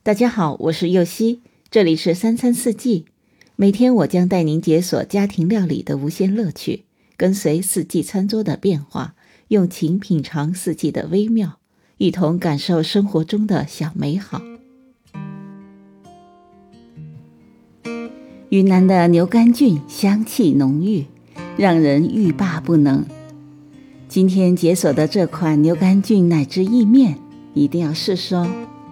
大家好，我是右希，这里是三餐四季。每天我将带您解锁家庭料理的无限乐趣，跟随四季餐桌的变化，用情品尝四季的微妙，一同感受生活中的小美好。云南的牛肝菌香气浓郁，让人欲罢不能。今天解锁的这款牛肝菌奶汁意面一定要试试哦。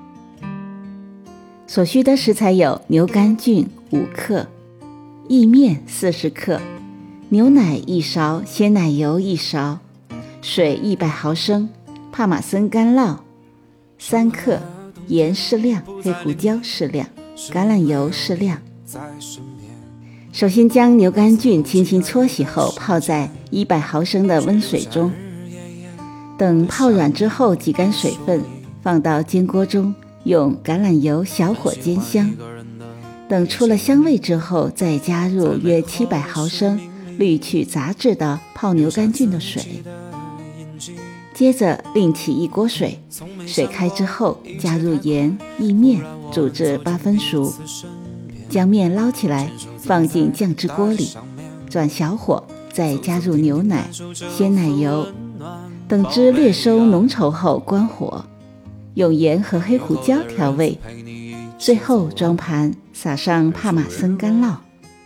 所需的食材有牛肝菌5克、意面40克、牛奶1勺、鲜奶油1勺、水100毫升、帕玛森干酪3克、盐适量、黑胡椒适量、橄榄油适量。首先将牛肝菌轻轻搓洗后泡在100毫升的温水中，等泡软之后挤干水分，放到煎锅中，用橄榄油小火煎香，等出了香味之后，再加入约700毫升滤去杂质的泡牛肝菌的水。接着另起一锅水，水开之后加入盐、意面，煮至8分熟，将面捞起来放进酱汁锅里，转小火，再加入牛奶、鲜奶油，等汁略收浓稠后关火，用盐和黑胡椒调味，最后装盘，撒上帕玛森干酪。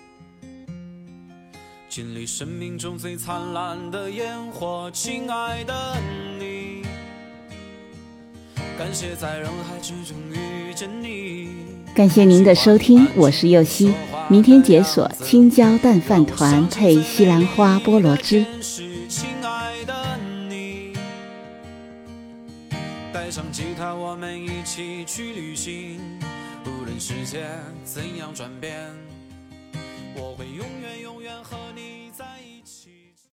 经历生命中最灿烂的烟火，亲爱的你，感谢在人海之中遇见你。 感谢您的收听，我是右希。明天解锁青椒蛋饭团配西兰花菠萝汁。 亲爱的你，带上吉他，我们一起去旅行，无论世界怎样转变，我会永远和